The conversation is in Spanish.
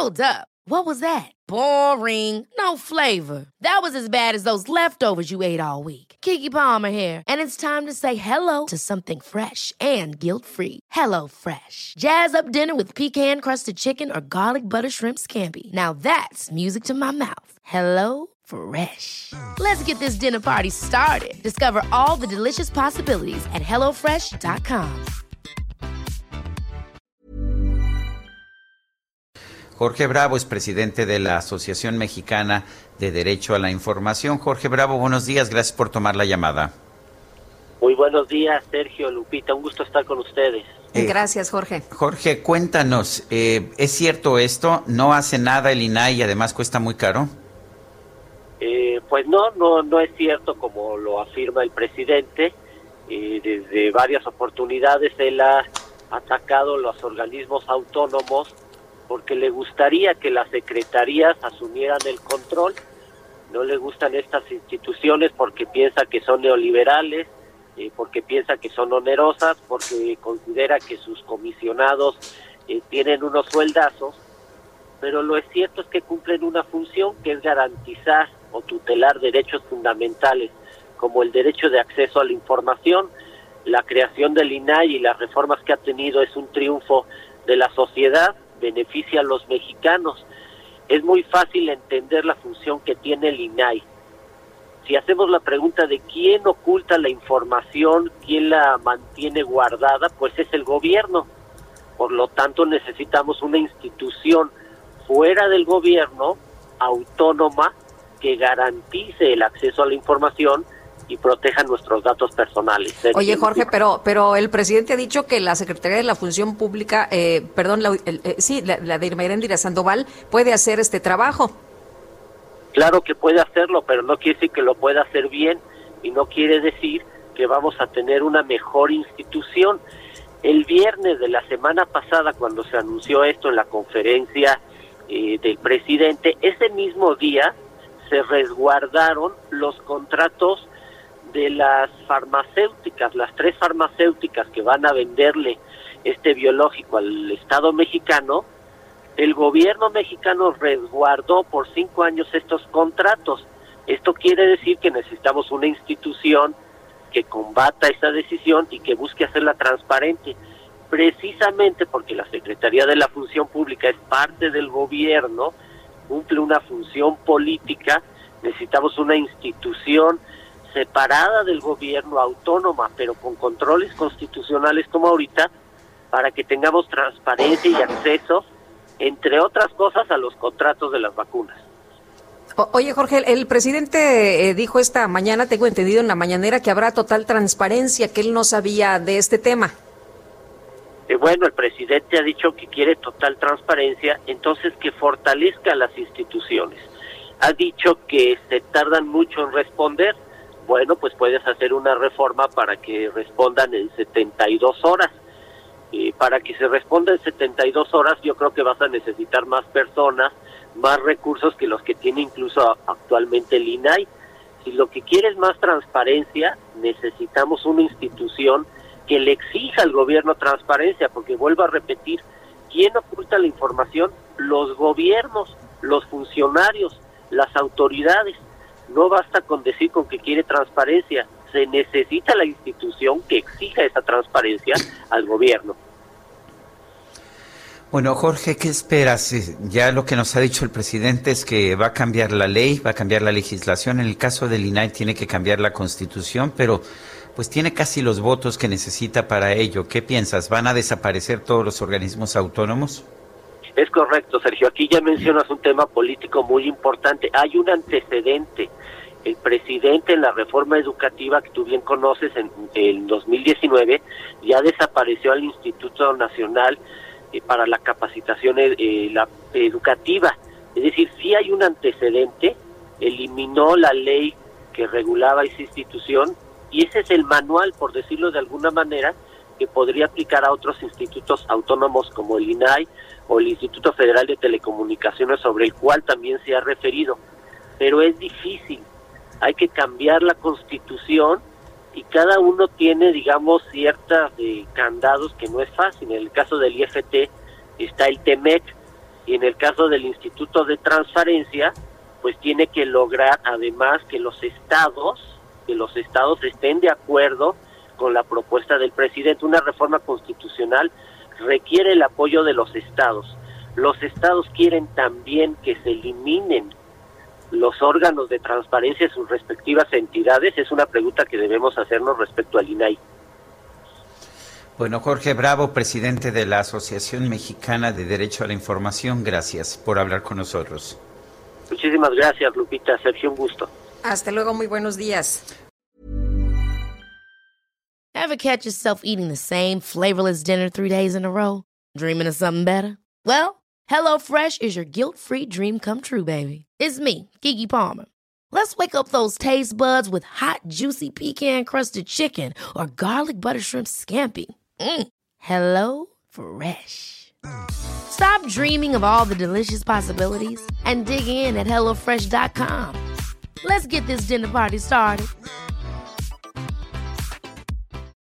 Hold up. What was that? Boring. No flavor. That was as bad as those leftovers you ate all week. Keke Palmer here, and it's time to say hello to something fresh and guilt-free. Hello Fresh. Jazz up dinner with pecan-crusted chicken or garlic butter shrimp scampi. Now that's music to my mouth. Hello Fresh. Let's get this dinner party started. Discover all the delicious possibilities at hellofresh.com. Jorge Bravo es presidente de la Asociación Mexicana de Derecho a la Información. Jorge Bravo, buenos días, gracias por tomar la llamada. Muy buenos días, Sergio, Lupita, un gusto estar con ustedes. Gracias, Jorge. Jorge, cuéntanos, ¿es cierto esto? ¿No hace nada el INAI y además cuesta muy caro? Pues no es cierto como lo afirma el presidente. Desde varias oportunidades él ha atacado los organismos autónomos porque le gustaría que las secretarías asumieran el control. No le gustan estas instituciones porque piensa que son neoliberales, porque piensa que son onerosas, porque considera que sus comisionados tienen unos sueldazos, pero lo cierto es que cumplen una función que es garantizar o tutelar derechos fundamentales, como el derecho de acceso a la información. La creación del INAI y las reformas que ha tenido es un triunfo de la sociedad, beneficia a los mexicanos. Es muy fácil entender la función que tiene el INAI. Si hacemos la pregunta de quién oculta la información, quién la mantiene guardada, pues es el gobierno. Por lo tanto, necesitamos una institución fuera del gobierno, autónoma, que garantice el acceso a la información y proteja nuestros datos personales. Oye, Jorge, pero el presidente ha dicho que la Secretaría de la Función Pública, la de Irma Iréndira Sandoval, puede hacer este trabajo. Claro que puede hacerlo, pero no quiere decir que lo pueda hacer bien y no quiere decir que vamos a tener una mejor institución. El viernes de la semana pasada, cuando se anunció esto en la conferencia del presidente, ese mismo día se resguardaron los contratos de las farmacéuticas, las 3 farmacéuticas que van a venderle este biológico al Estado mexicano. El gobierno mexicano resguardó por 5 años estos contratos. Esto quiere decir que necesitamos una institución que combata esa decisión y que busque hacerla transparente, precisamente porque la Secretaría de la Función Pública es parte del gobierno, cumple una función política. Necesitamos una institución separada del gobierno, autónoma, pero con controles constitucionales como ahorita, para que tengamos transparencia y acceso, entre otras cosas, a los contratos de las vacunas. Oye, Jorge, el presidente dijo esta mañana, tengo entendido en la mañanera, que habrá total transparencia, que él no sabía de este tema. Bueno, el presidente ha dicho que quiere total transparencia, entonces que fortalezca las instituciones. Ha dicho que se tardan mucho en responder. Bueno, pues puedes hacer una reforma para que respondan en 72 horas. Para que se responda en 72 horas, yo creo que vas a necesitar más personas, más recursos que los que tiene incluso actualmente el INAI. Si lo que quieres es más transparencia, necesitamos una institución que le exija al gobierno transparencia, porque vuelvo a repetir, ¿quién oculta la información? Los gobiernos, los funcionarios, las autoridades. No basta con decir con que quiere transparencia, se necesita la institución que exija esa transparencia al gobierno. Bueno, Jorge, ¿qué esperas? Ya lo que nos ha dicho el presidente es que va a cambiar la ley, va a cambiar la legislación. En el caso del INAI tiene que cambiar la Constitución, pero pues tiene casi los votos que necesita para ello. ¿Qué piensas? ¿Van a desaparecer todos los organismos autónomos? Es correcto, Sergio. Aquí ya mencionas un tema político muy importante. Hay un antecedente. El presidente en la reforma educativa que tú bien conoces en 2019 ya desapareció al Instituto Nacional para la Capacitación Educativa. Es decir, sí hay un antecedente, eliminó la ley que regulaba esa institución y ese es el manual, por decirlo de alguna manera, que podría aplicar a otros institutos autónomos como el INAI o el Instituto Federal de Telecomunicaciones, sobre el cual también se ha referido. Pero es difícil, hay que cambiar la Constitución y cada uno tiene, digamos, ciertas candados que no es fácil. En el caso del IFT está el TEMEC, y en el caso del Instituto de Transparencia, pues tiene que lograr además que los estados estén de acuerdo con la propuesta del presidente. Una reforma constitucional requiere el apoyo de los estados. Los estados quieren también que se eliminen los órganos de transparencia de sus respectivas entidades. Es una pregunta que debemos hacernos respecto al INAI. Bueno, Jorge Bravo, presidente de la Asociación Mexicana de Derecho a la Información, gracias por hablar con nosotros. Muchísimas gracias, Lupita. Sergio, un gusto. Hasta luego, muy buenos días. Ever catch yourself eating the same flavorless dinner 3 days in a row? Dreaming of something better? Well, HelloFresh is your guilt-free dream come true, baby. It's me, Keke Palmer. Let's wake up those taste buds with hot, juicy pecan-crusted chicken or garlic butter shrimp scampi. Hello Fresh. Stop dreaming of all the delicious possibilities and dig in at HelloFresh.com. Let's get this dinner party started.